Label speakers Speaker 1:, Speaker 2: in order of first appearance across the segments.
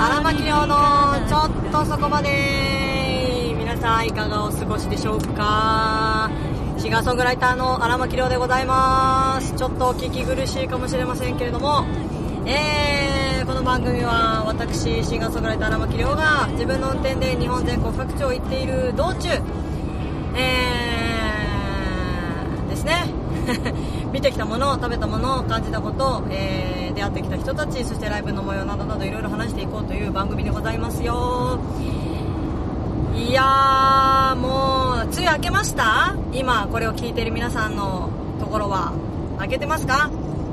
Speaker 1: 荒牧亮のちょっとそこまで。皆さんいかがお過ごしでしょうか。シンガーソングライターの荒牧亮でございます。ちょっとお聞き苦しいかもしれませんけれども、この番組は私シンガーソングライター荒牧亮が自分の運転で日本全国各地を行っている道中、ですね見てきたもの、食べたもの、感じたこと、出会ってきた人たち、そしてライブの模様などなどいろいろ話していこうという番組でございますよ。いやー、もう梅雨明けました？今これを聞いている皆さんのところは明けてますか？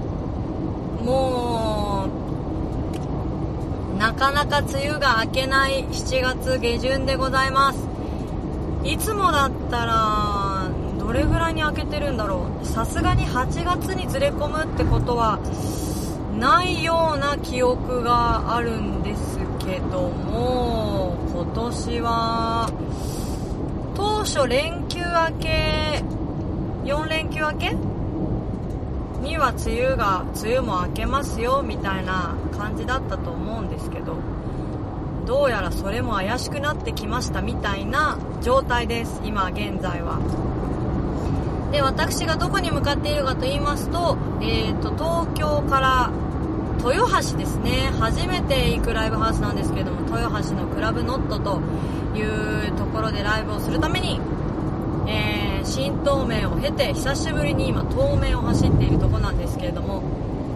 Speaker 1: もうなかなか梅雨が明けない7月下旬でございます。いつもだったらどれぐらいに明けてるんだろう。さすがに8月にずれ込むってことはないような記憶があるんですけども、今年は当初連休明け4連休明けには梅雨も明けますよみたいな感じだったと思うんですけど、どうやらそれも怪しくなってきましたみたいな状態です、今現在は。で、私がどこに向かっているかと言いますと、東京から豊橋ですね。初めて行くライブハウスなんですけれども、豊橋のクラブノットというところでライブをするために、新東名を経て久しぶりに今東名を走っているところなんですけれども、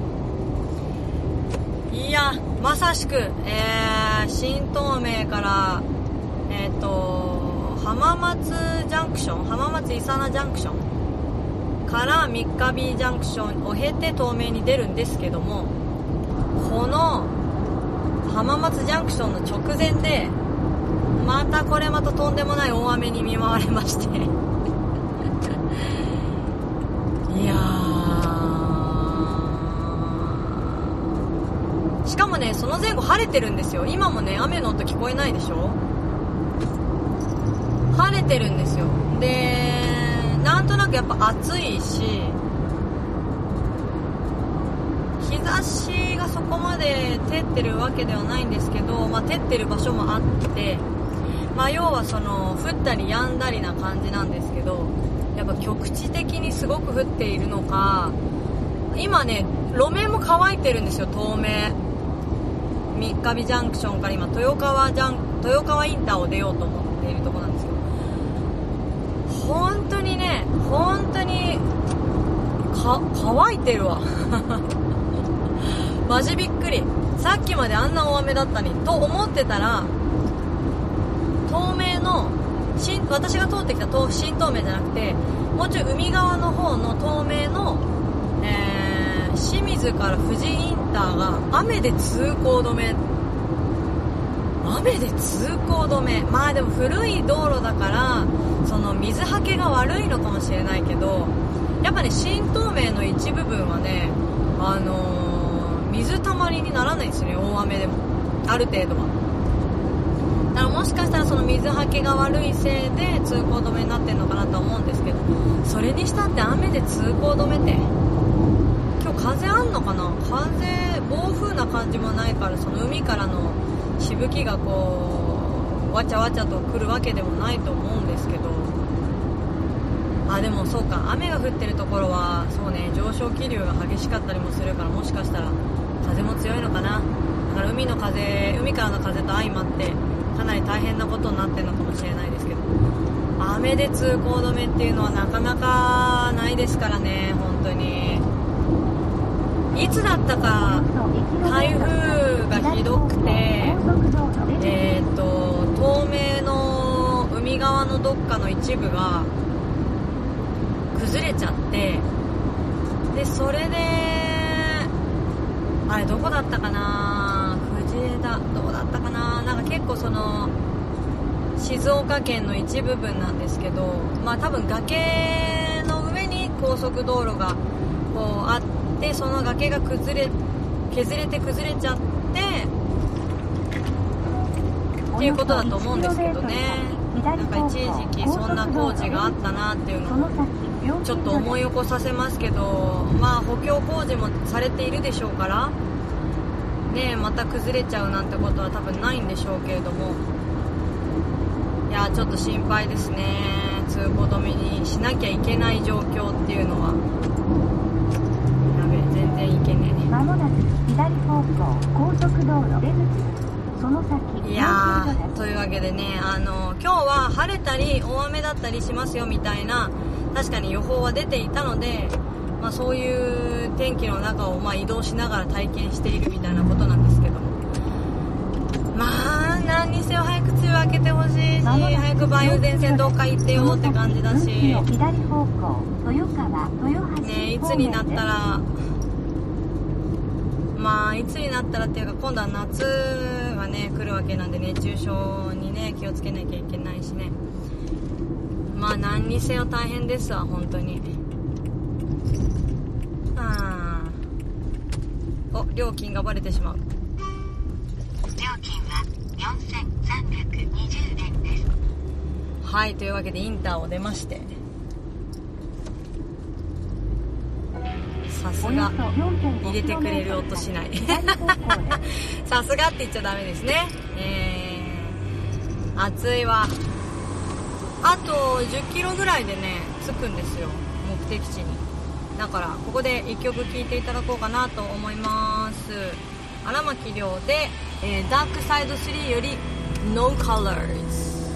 Speaker 1: いやまさしく、新東名から浜松ジャンクション、浜松伊佐名ジャンクションから三ヶ日ジャンクションを経て東名に出るんですけども、この浜松ジャンクションの直前でまたとんでもない大雨に見舞われましていやー、しかもね、その前後晴れてるんですよ。今もね、雨の音聞こえないでしょ。晴れてるんですよ。で、なんとなくやっぱ暑いし、日差しがそこまで照ってるわけではないんですけど、照ってる場所もあって、要はその降ったり止んだりな感じなんですけど、やっぱ局地的にすごく降っているのか、今ね路面も乾いてるんですよ。東名三ヶ日ジャンクションから今豊川インターを出ようと思っているところなんですけど、本当に乾いてるわマジびっくり。さっきまであんな大雨だったにと思ってたら、東名の私が通ってきた新東名じゃなくて、もうちょい海側の方の東名の、清水から富士インターが雨で通行止め。でも古い道路だからその水はけが悪いのかもしれないけど、やっぱね新東名の一部分はね、水たまりにならないんですよね、大雨でもある程度は。だからもしかしたらその水はけが悪いせいで通行止めになってるのかなと思うんですけど、それにしたって雨で通行止めって、今日風あんのかな。暴風な感じもないから、その海からのしぶきがこうわちゃわちゃと来るわけでもないと思うんですけど、でもそうか、雨が降ってるところはそうね、上昇気流が激しかったりもするから、もしかしたら風も強いのかな。だから海からの風と相まってかなり大変なことになってるのかもしれないですけど、雨で通行止めっていうのはなかなかないですからね。本当にいつだったか台風がひどくて、東名の海側のどっかの一部が崩れちゃって、でそれであれどこだったかな、藤枝どうだったかな、なんか結構その静岡県の一部分なんですけど、多分崖の上に高速道路がこうあって、その崖が削れちゃってっていうことだと思うんですけどね。なんか一時期そんな工事があったなっていうのをちょっと思い起こさせますけど、補強工事もされているでしょうから。 ねまた崩れちゃうなんてことは多分ないんでしょうけれども、いやちょっと心配ですね。通行止めにしなきゃいけない状況っていうのは。やべ全然いけねえ。
Speaker 2: まもなく左方向高速道路出口、その先。
Speaker 1: いやーというわけでね、今日は晴れたり大雨だったりしますよみたいな確かに予報は出ていたので、そういう天気の中を移動しながら体験しているみたいなことなんですけども、何にせよ早く梅雨明けてほしいし、早く梅雨前線どっか行ってよって感じだしね、いつになったらいつになったらっていうか今度は夏がね来るわけなんで、熱中症にね気をつけなきゃいけないしね、何にせよ大変ですわ本当に。料金がバレてしまう。
Speaker 2: 料金は4320円です。
Speaker 1: はい、というわけでインターを出まして、さすが入れてくれる音しないさすがって言っちゃダメですね。暑いわ。あと10キロぐらいでね着くんですよ、目的地に。だからここで1曲聴いていただこうかなと思います。荒牧亮で、ダークサイド3より No Colors。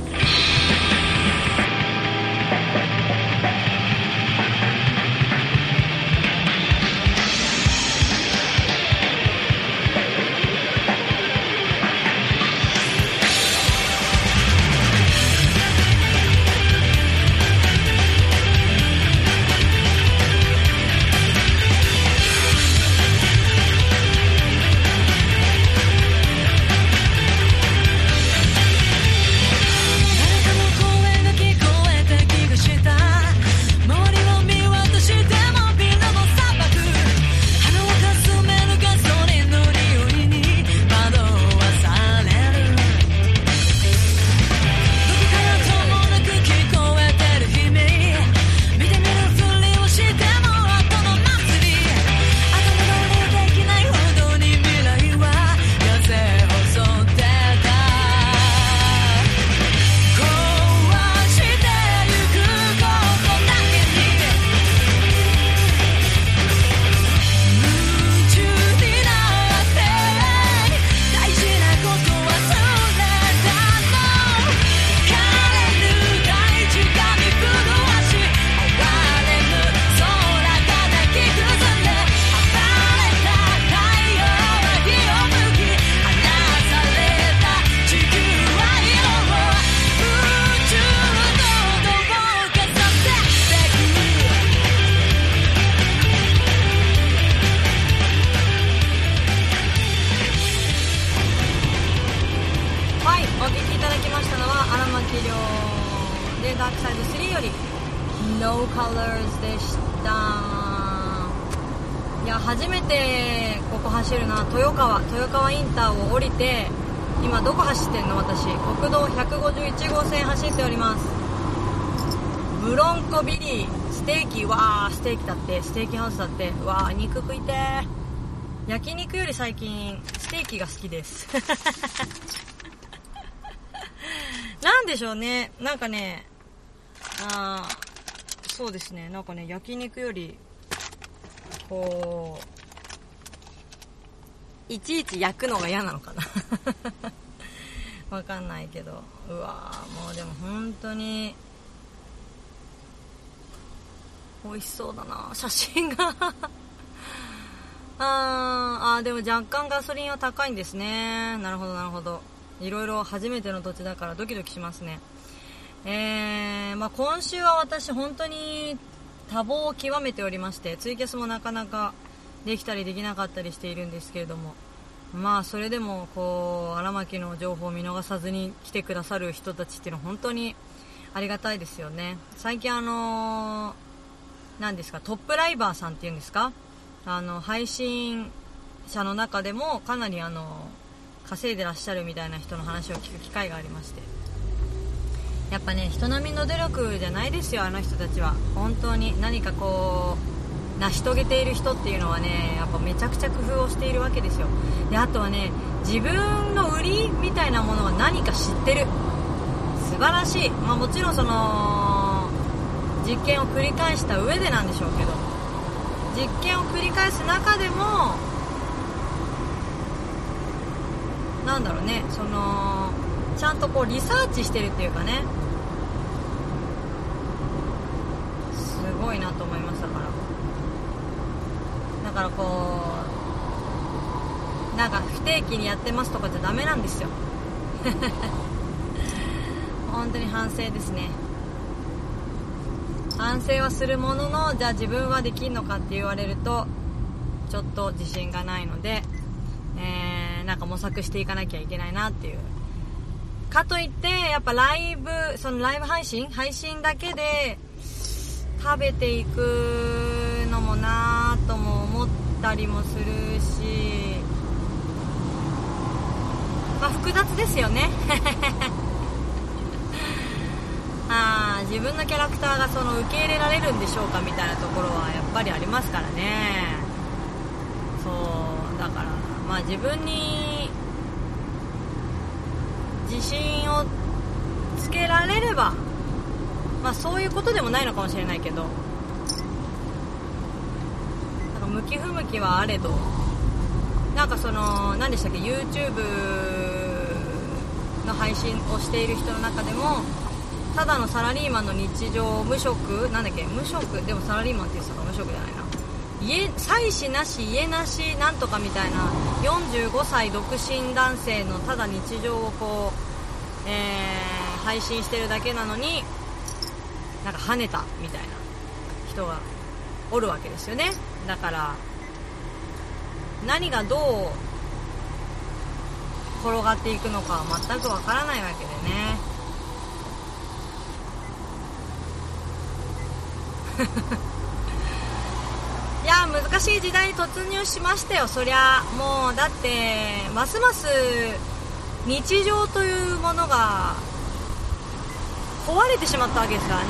Speaker 1: ダークサイド3より No Colors でした。いや初めてここ走るのは豊川インターを降りて、今どこ走ってんの私、国道151号線走っております。ブロンコビリーステーキ、わーステーキだって、ステーキハウスだって、わー肉食いてー。焼肉より最近ステーキが好きですなんでしょうね、なんかね、そうですね、なんかね、焼肉よりこういちいち焼くのが嫌なのかなわかんないけど、うわーもうでも本当に美味しそうだな写真がでも若干ガソリンは高いんですね。なるほどなるほど。いろいろ初めての土地だからドキドキしますね。今週は私本当に多忙を極めておりまして、ツイキャスもなかなかできたりできなかったりしているんですけれども、それでもこう荒牧の情報を見逃さずに来てくださる人たちっていうのは本当にありがたいですよね。最近何ですか、トップライバーさんっていうんですか、配信者の中でもかなり稼いでらっしゃるみたいな人の話を聞く機会がありまして、やっぱね人並みの努力じゃないですよ、あの人たちは。本当に何かこう成し遂げている人っていうのはね、やっぱめちゃくちゃ工夫をしているわけですよ。で、あとはね、自分の売りみたいなものが何か知ってる。素晴らしい。もちろんその実験を繰り返した上でなんでしょうけど、実験を繰り返す中でもなんだろうね、そのちゃんとこうリサーチしてるっていうかね、すごいなと思いましたから。だからこうなんか不定期にやってますとかじゃダメなんですよ本当に反省ですね。反省はするものの、じゃあ自分はできんのかって言われるとちょっと自信がないので、なんか模索していかなきゃいけないなっていう。かといってやっぱそのライブ配信だけで食べていくのもなぁとも思ったりもするし、複雑ですよね自分のキャラクターがその受け入れられるんでしょうかみたいなところはやっぱりありますからね。そうだから自分に自信をつけられれば、そういうことでもないのかもしれないけど、なんか向き不向きはあれど、なんかその何でしたっけ、 YouTube の配信をしている人の中でも、ただのサラリーマンの日常、無職でもサラリーマンって言ってたから無職じゃないな、妻子なし家なしなんとかみたいな45歳独身男性のただ日常をこう、配信してるだけなのになんか跳ねたみたいな人がおるわけですよね。だから何がどう転がっていくのかは全くわからないわけでねいや難しい時代に突入しましたよ。そりゃもうだってますます日常というものが壊れてしまったわけですからね。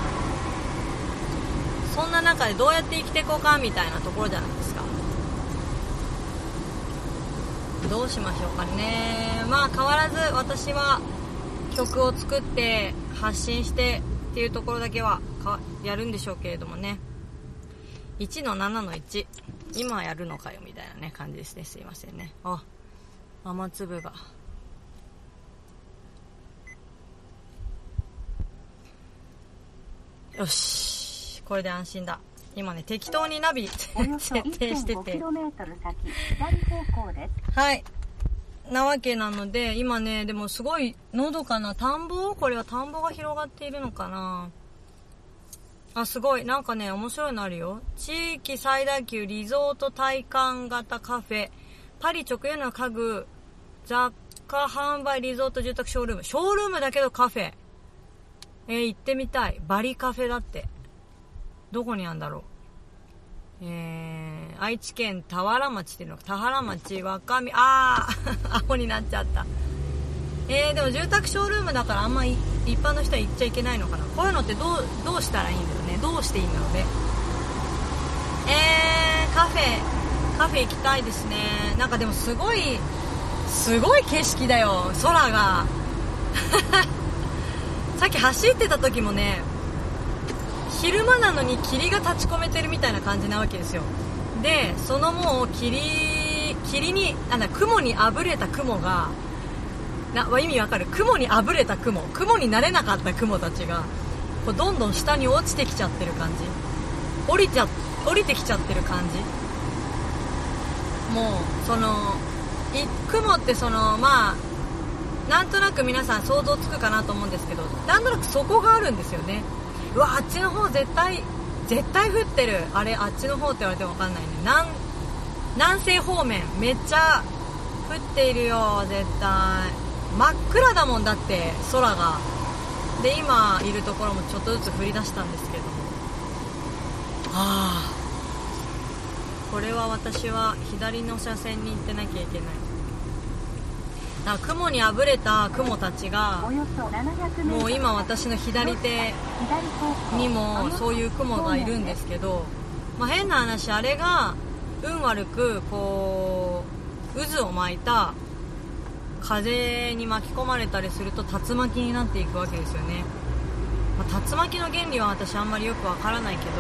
Speaker 1: そんな中でどうやって生きていこうかみたいなところじゃないですか。どうしましょうかね。変わらず私は曲を作って発信してっていうところだけはやるんでしょうけれどもね。1の7の1、今やるのかよみたいなね感じですね。すいませんね。雨粒がよし、これで安心だ。今ね適当にナビ設定しててはいなわけなので、今ねでもすごいのどかな田んぼ、これは田んぼが広がっているのかな。すごいなんかね面白いのあるよ。地域最大級リゾート体感型カフェ、パリ直営の家具雑貨販売リゾート住宅ショールームだけどカフェ、行ってみたい。バリカフェだって。どこにあるんだろう。愛知県田原町っていうのか、田原町若見青になっちゃった。でも住宅ショールームだからあんま一般の人は行っちゃいけないのかな。こういうのってどうしたらいいんだろうね。どうしていいんだろうね。カフェ行きたいですね。なんかでもすごい景色だよ空がさっき走ってた時もね、昼間なのに霧が立ち込めてるみたいな感じなわけですよ。でそのもう霧に雲にあぶれた雲が意味わかる？雲にあぶれた雲になれなかった雲たちがこうどんどん下に落ちてきちゃってる感じ、降りてきちゃってる感じ。もうその雲ってそのなんとなく皆さん想像つくかなと思うんですけど、なんとなく底があるんですよね。うわあっちの方絶対降ってる。あっちの方って言われても分かんないね。南西方面めっちゃ降っているよ絶対。真っ暗だもんだって空が。で今いるところもちょっとずつ降り出したんですけども、これは私は左の車線に行ってなきゃいけない。だから雲にあぶれた雲たちがもう今私の左手にもそういう雲がいるんですけど、 変な話、あれが運悪くこう渦を巻いた風に巻き込まれたりすると竜巻になっていくわけですよね。竜巻の原理は私あんまりよくわからないけど、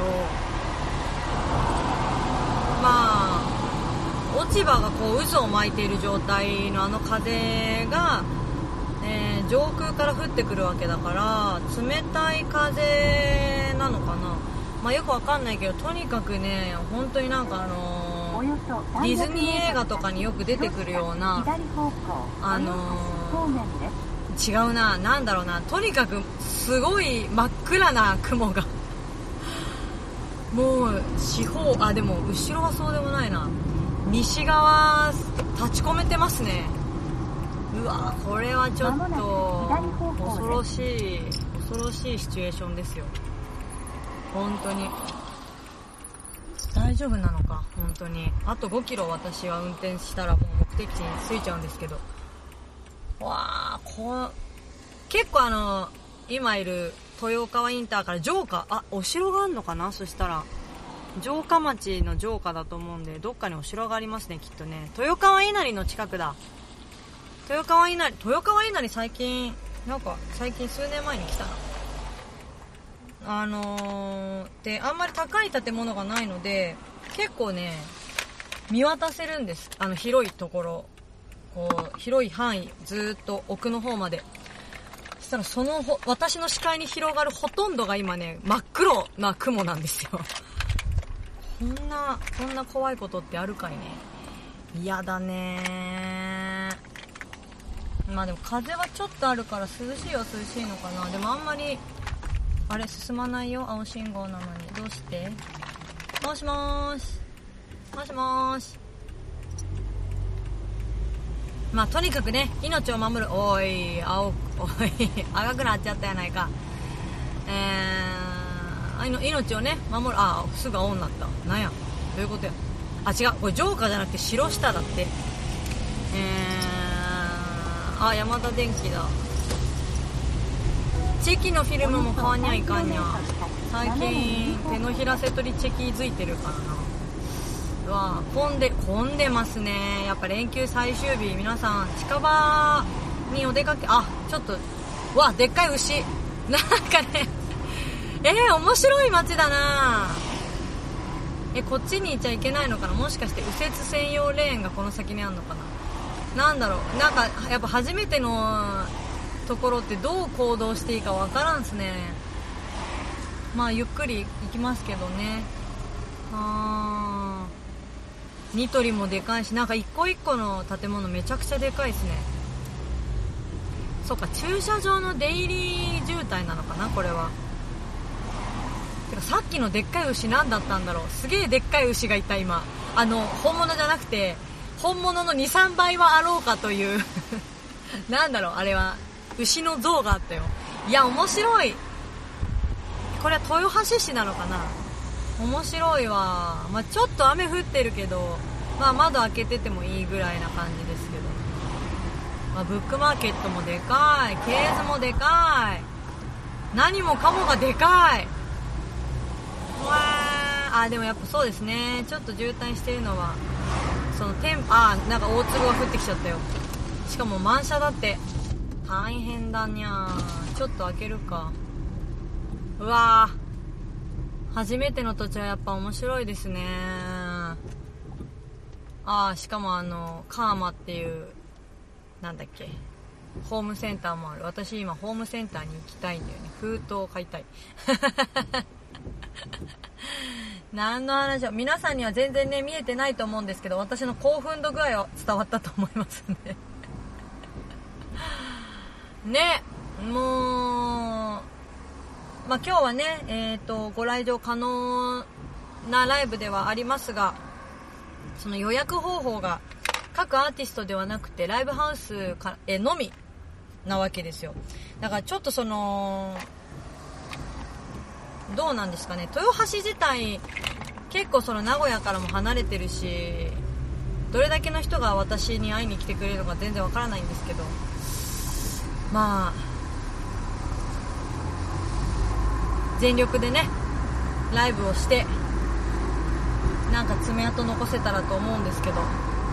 Speaker 1: 落ち葉がこう渦を巻いている状態のあの風が、上空から降ってくるわけだから冷たい風なのかな、よくわかんないけど、とにかくね、本当になんかディズニー映画とかによく出てくるような違うな、なんだろうな、とにかくすごい真っ暗な雲がもうでも後ろはそうでもないな、西側立ち込めてますね。うわ、これはちょっと恐ろしいシチュエーションですよ。本当に大丈夫なのか、本当に。あと5キロ私は運転したらもう目的地に着いちゃうんですけど、わー、結構今いる豊川インターから城下、お城があるのかな、そしたら城下町の城下だと思うんで、どっかにお城がありますね、きっとね。豊川稲荷の近くだ。豊川稲荷最近数年前に来たな。で、あんまり高い建物がないので結構ね見渡せるんです。広いところ、広い範囲ずーっと奥の方まで。そしたら私の視界に広がるほとんどが今ね真っ黒な雲なんですよ。こんな怖いことってあるかいね。嫌だね。でも風はちょっとあるから涼しいは涼しいのかな。でもあんまり進まないよ、青信号なのに。どうして？もしもーし、もしもーし。とにかくね、命を守る。おい赤くなっちゃったやないか。命をね守る。すぐ青になった。なんや、どういうことや。違う、これ城下じゃなくて城下だって。山田電機だ。チェキのフィルムも買わにゃいかんにゃ。最近手のひらせ取りチェキづいてるからな。うわ、混んでますね。やっぱ連休最終日、皆さん近場にお出かけ。ちょっとでっかい牛なんかね面白い街だな。こっちに行っちゃいけないのかな。もしかして右折専用レーンがこの先にあるのかな。なんだろう、なんかやっぱ初めてのところってどう行動していいかわからんすね。ゆっくり行きますけどね。ニトリもでかいし、なんか一個一個の建物めちゃくちゃでかいですね。そっか、駐車場の出入り渋滞なのかな、これは。てかさっきのでっかい牛何だったんだろう。すげえでっかい牛がいた今。本物じゃなくて本物の 2,3 倍はあろうかというなんだろう、あれは牛の像があったよ。いや、面白い。これは豊橋市なのかな。面白いわ。ちょっと雨降ってるけど、窓開けててもいいぐらいな感じですけど、ブックマーケットもでかい、ケーズもでかい、何もかもがでかい。でもやっぱそうですね、ちょっと渋滞してるのはなんか大粒が降ってきちゃったよ。しかも満車だって。大変だにゃー。ちょっと開けるか。うわー、初めての土地はやっぱ面白いですね。しかもカーマっていうなんだっけ、ホームセンターもある。私今ホームセンターに行きたいんだよね。封筒を買いたい何の話を。皆さんには全然ね見えてないと思うんですけど、私の興奮度具合は伝わったと思いますねね、もう今日はねご来場可能なライブではありますが、その予約方法が各アーティストではなくてライブハウスのみなわけですよ。だからちょっとどうなんですかね、豊橋自体結構名古屋からも離れてるし、どれだけの人が私に会いに来てくれるのか全然わからないんですけど、全力でねライブをしてなんか爪痕残せたらと思うんですけど、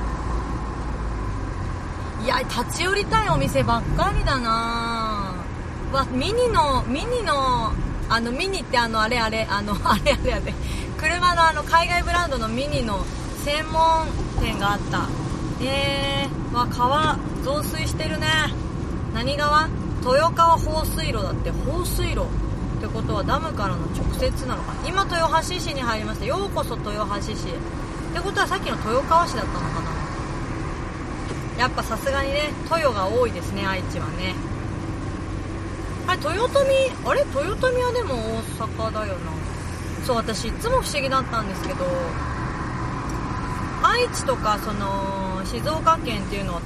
Speaker 1: いや立ち寄りたいお店ばっかりだな。ミニってあれ車の海外ブランドのミニの専門店があった。川増水してるね。何川？豊川放水路だって。放水路ってことはダムからの直接なのかな。今豊橋市に入りました。ようこそ豊橋市ってことはさっきの豊川市だったのかな。やっぱさすがにね豊が多いですね、愛知はね。豊臣はでも大阪だよな。そう、私いつも不思議だったんですけど、愛知とかその静岡県っていうのは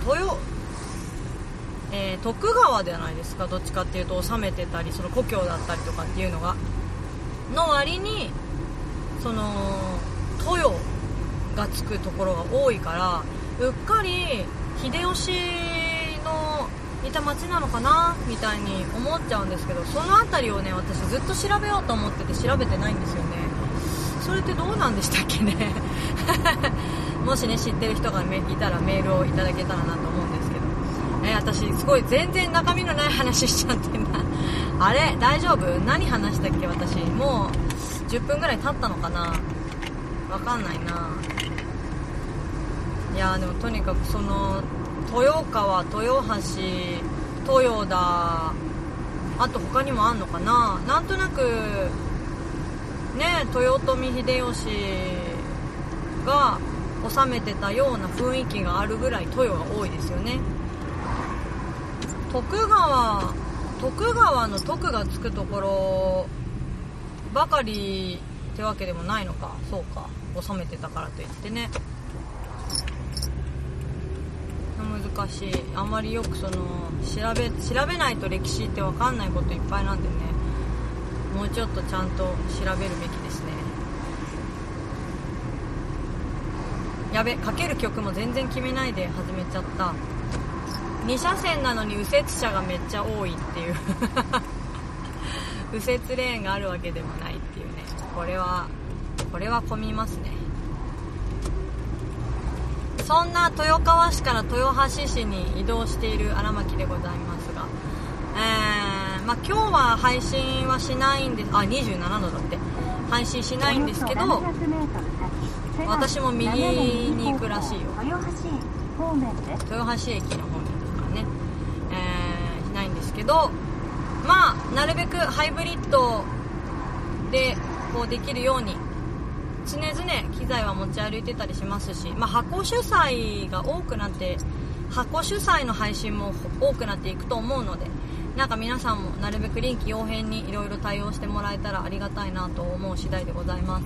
Speaker 1: 徳川じゃないですか。どっちかっていうと治めてたりその故郷だったりとかっていうのがの割にその豊がつくところが多いから、うっかり秀吉のいた町なのかなみたいに思っちゃうんですけど、そのあたりをね私ずっと調べようと思ってて調べてないんですよね。それってどうなんでしたっけねもしね知ってる人がいたらメールをいただけたらなと思うんですけど、私すごい全然中身のない話しちゃってんなあれ大丈夫？何話したっけ私。もう10分ぐらい経ったのかな、わかんないな。いやでもとにかくその豊川、豊橋、豊田、あと他にもあんのかな。なんとなくね豊臣秀吉が治めてたような雰囲気があるぐらい豊が多いですよね。徳川の徳がつくところばかりってわけでもないのか。そうか、治めてたからといってね。難しい。あまりよくその調べないと歴史って分かんないこといっぱいなんでね、もうちょっとちゃんと調べるべきですね。やべ、かける曲も全然決めないで始めちゃった。2車線なのに右折車がめっちゃ多いっていう右折レーンがあるわけでもないっていうね。これは混みますね。そんな豊川市から豊橋市に移動している荒牧でございますが、今日は配信はしないんです。27度だって配信しないんですけど、私も右に行くらしいよ。豊橋駅の方にですからね、しないんですけど、なるべくハイブリッドでこうできるように常々機材は持ち歩いてたりしますし、箱主催が多くなって、箱主催の配信も多くなっていくと思うので、なんか皆さんもなるべく臨機応変にいろいろ対応してもらえたらありがたいなと思う次第でございます。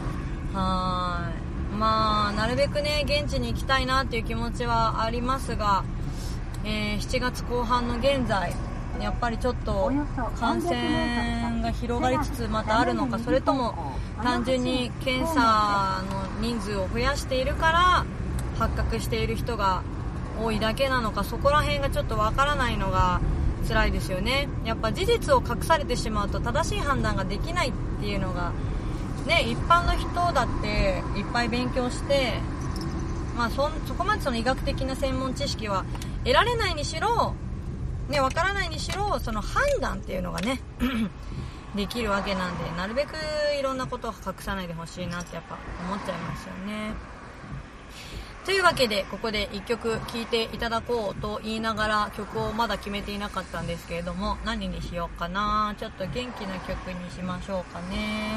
Speaker 1: なるべくね現地に行きたいなっていう気持ちはありますが、7月後半の現在やっぱりちょっと感染が広がりつつまたあるのか、それとも単純に検査の人数を増やしているから発覚している人が多いだけなのか、そこら辺がちょっとわからないのが辛いですよね。やっぱ事実を隠されてしまうと正しい判断ができないっていうのがね、一般の人だっていっぱい勉強して、そこまでその医学的な専門知識は得られないにしろね、わからないにしろその判断っていうのがねできるわけなんで、なるべくいろんなことを隠さないでほしいなってやっぱ思っちゃいますよね。というわけでここで1曲聴いていただこうと言いながら曲をまだ決めていなかったんですけれども、何にしようかな。ちょっと元気な曲にしましょうかね。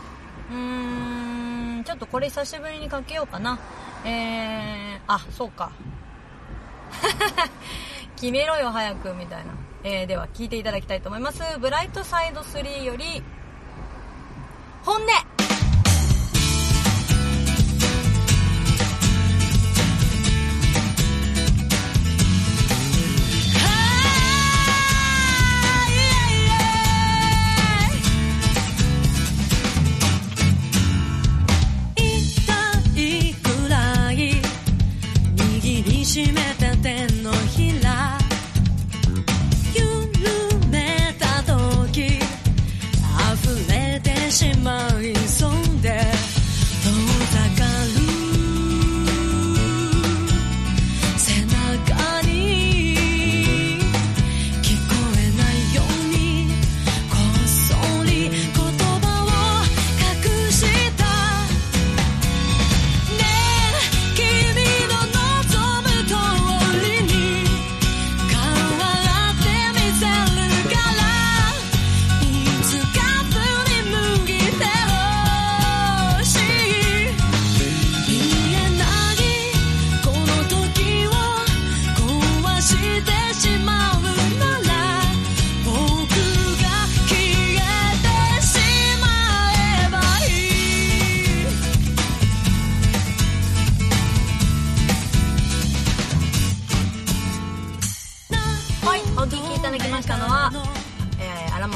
Speaker 1: ちょっとこれ久しぶりにかけようかな。そうか決めろよ早くみたいな。では聴いていただきたいと思います。ブライトサイド3より本音。
Speaker 3: 締めた手のひら緩めた時溢れてしまい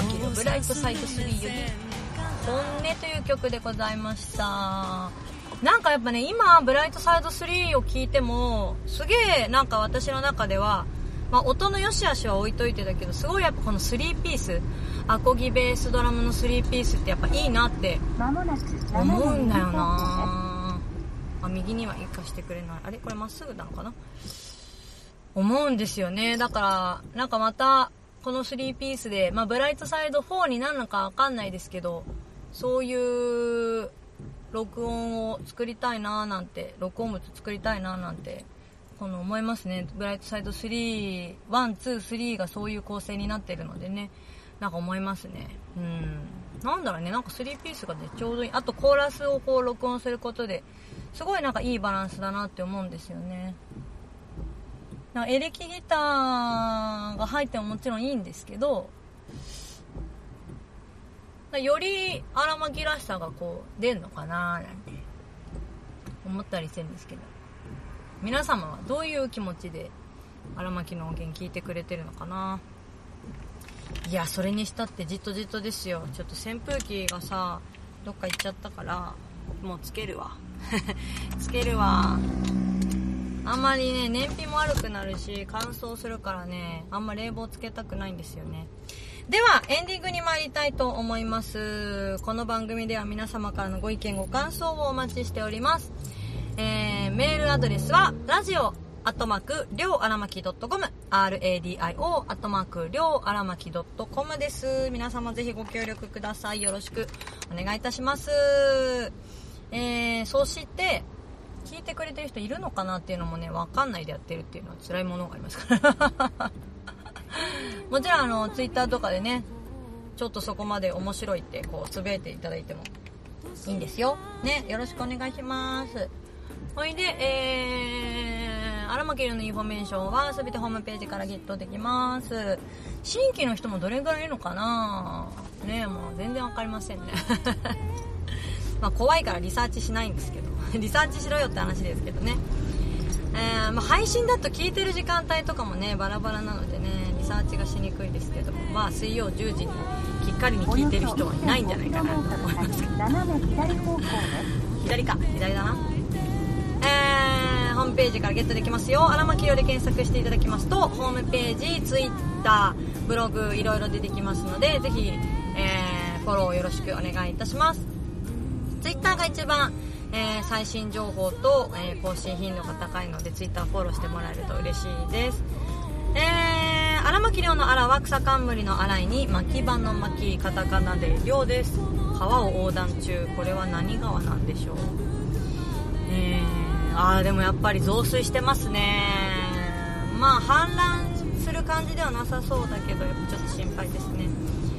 Speaker 1: キリオブライトサイド3より本音という曲でございました。なんかやっぱね、今ブライトサイド3を聴いてもすげえなんか私の中では、まあ、音の良し悪しは置いといてだけど、すごいやっぱこの3ピース、アコギベースドラムの3ピースってやっぱいいなって思うんだよな。右には行かしてくれない。あれこれまっすぐなのかな、思うんですよね。だからなんかまたこの3ピースで、まあ、ブライトサイド4になるのかわかんないですけど、そういう録音を作りたいなーなんて、録音物作りたいなーなんてこの思いますね。ブライトサイド3、1、2、3がそういう構成になってるのでね、なんか思いますね。なんだろうね、なんか3ピースがねちょうどいい。あとコーラスをこう録音することですごいなんかいいバランスだなって思うんですよね。なんかエレキギターが入ってももちろんいいんですけど、より荒牧らしさがこう出んのかななんて思ったりしてるんですけど、皆様はどういう気持ちで荒牧の音源聞いてくれてるのかな。いや、それにしたってじっとじっとですよ。ちょっと扇風機がさどっか行っちゃったからもうつけるわつけるわ。あんまりね燃費も悪くなるし乾燥するからね、あんま冷房つけたくないんですよね。ではエンディングに参りたいと思います。この番組では皆様からのご意見ご感想をお待ちしております。メールアドレスはradio@ryoaramaki.com radio@ryoaramaki.com です。皆様ぜひご協力ください。よろしくお願いいたします。そして聞いてくれてる人いるのかなっていうのもね、わかんないでやってるっていうのは辛いものがありますからもちろんツイッターとかでね、ちょっとそこまで面白いってこうつぶやいていただいてもいいんですよね。よろしくお願いします。ほいで荒牧のインフォメーションはすべてホームページからゲットできます。新規の人もどれぐらいいるのかなね、もう全然わかりませんねまあ怖いからリサーチしないんですけどリサーチしろよって話ですけどね。まあ、配信だと聞いてる時間帯とかもねバラバラなのでね、リサーチがしにくいですけども、まあ水曜10時にきっかりに聞いてる人はいないんじゃないかなと思いますけど左か、左だな。ホームページからゲットできますよ。荒牧亮で検索していただきますとホームページ、ツイッター、ブログいろいろ出てきますので、ぜひ、フォローよろしくお願いいたします。ツイッターが一番、最新情報と、更新頻度が高いのでツイッターフォローしてもらえると嬉しいです。荒牧亮の荒は草冠の荒いに牧場の牧、カタカナで亮です。川を横断中。これは何川なんでしょう。でもやっぱり増水してますね。まあ氾濫する感じではなさそうだけど、やっぱちょっと心配ですね。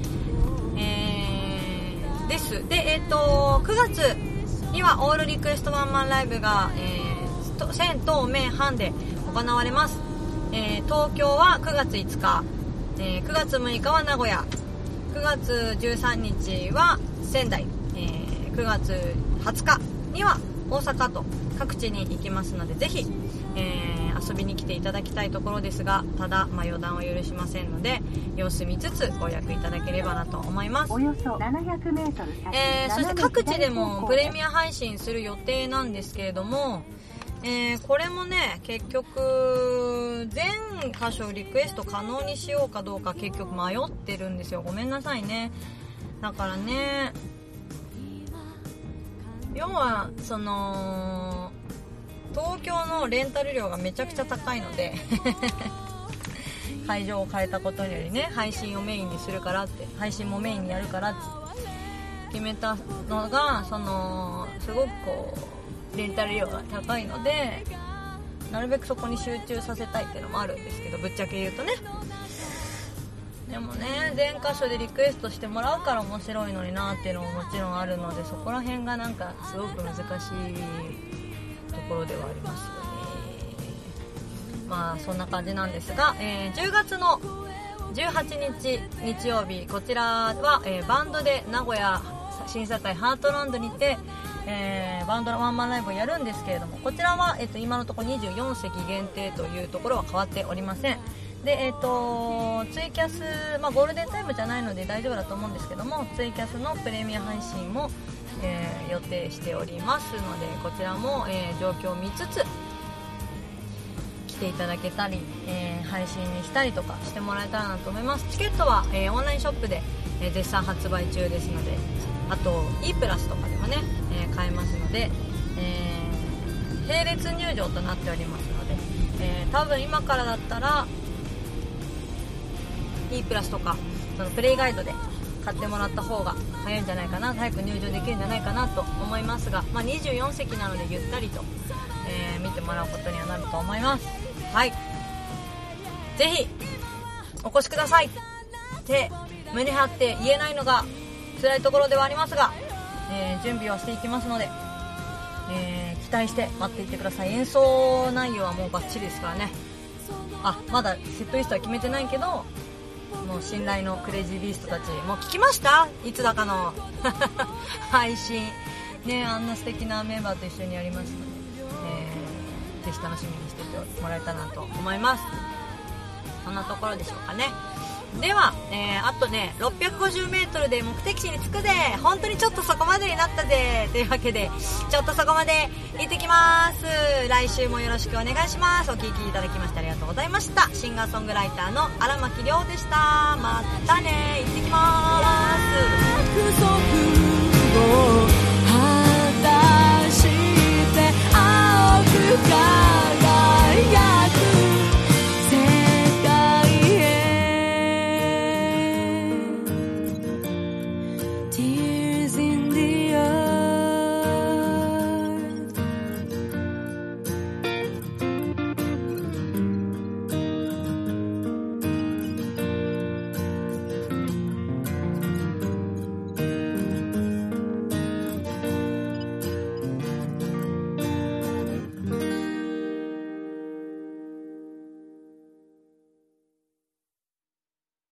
Speaker 1: です。で、9月にはオールリクエストワンマンライブが、1000東名阪で行われます。東京は9月5日、9月6日は名古屋、9月13日は仙台、9月20日には大阪と各地に行きますので、ぜひ、遊びに来ていただきたいところですが、ただ、予断を許しませんので様子見つつご予約いただければなと思います。
Speaker 2: およそ700メートル先、
Speaker 1: そして各地でもプレミア配信する予定なんですけれども、これもね結局全箇所リクエスト可能にしようかどうか結局迷ってるんですよ。ごめんなさいね。だからね、要はその東京のレンタル料がめちゃくちゃ高いので会場を変えたことによりね、配信をメインにするからって、配信もメインにやるからって決めたのが、そのすごくこうレンタル料が高いので、なるべくそこに集中させたいっていうのもあるんですけど、ぶっちゃけ言うとね。でもね、全箇所でリクエストしてもらうから面白いのになっていうのももちろんあるので、そこら辺がなんかすごく難しいところではありますよね。まあそんな感じなんですが、10月の18日日曜日、こちらは、バンドで名古屋審査会ハートランドにて、バンドのワンマンライブをやるんですけれども、こちらは、今のところ24席限定というところは変わっておりません。 でツイキャス、ゴールデンタイムじゃないので大丈夫だと思うんですけども、ツイキャスのプレミア配信も、予定しておりますので、こちらも、状況を見つつ来ていただけたり、配信にしたりとかしてもらえたらなと思います。チケットは、オンラインショップで、絶賛発売中ですので、あと E プラスとかでもね、買えますので、並列入場となっておりますので、多分今からだったら E プラスとかそのプレイガイドで買ってもらった方が早いんじゃないかな、早く入場できるんじゃないかなと思いますが、24席なのでゆったりと、見てもらうことにはなると思います。はい、ぜひお越しくださいって胸張って言えないのが辛いところではありますが、準備はしていきますので、期待して待っていてください。演奏内容はもうバッチリですからね。まだセットリストは決めてないけど、もう信頼のクレイジービーストたちもう聞きました？いつだかの配信ね、あんな素敵なメンバーと一緒にやりますので、ぜひ楽しみにしててもらえたらなと思います。そんなところでしょうかね。では、あとね 650m で目的地に着くぜ、本当にちょっとそこまでになったぜというわけで、ちょっとそこまで行ってきます。来週もよろしくお願いします。お聞きいただきましてありがとうございました。シンガーソングライターの荒牧亮でした。またね、行ってきます。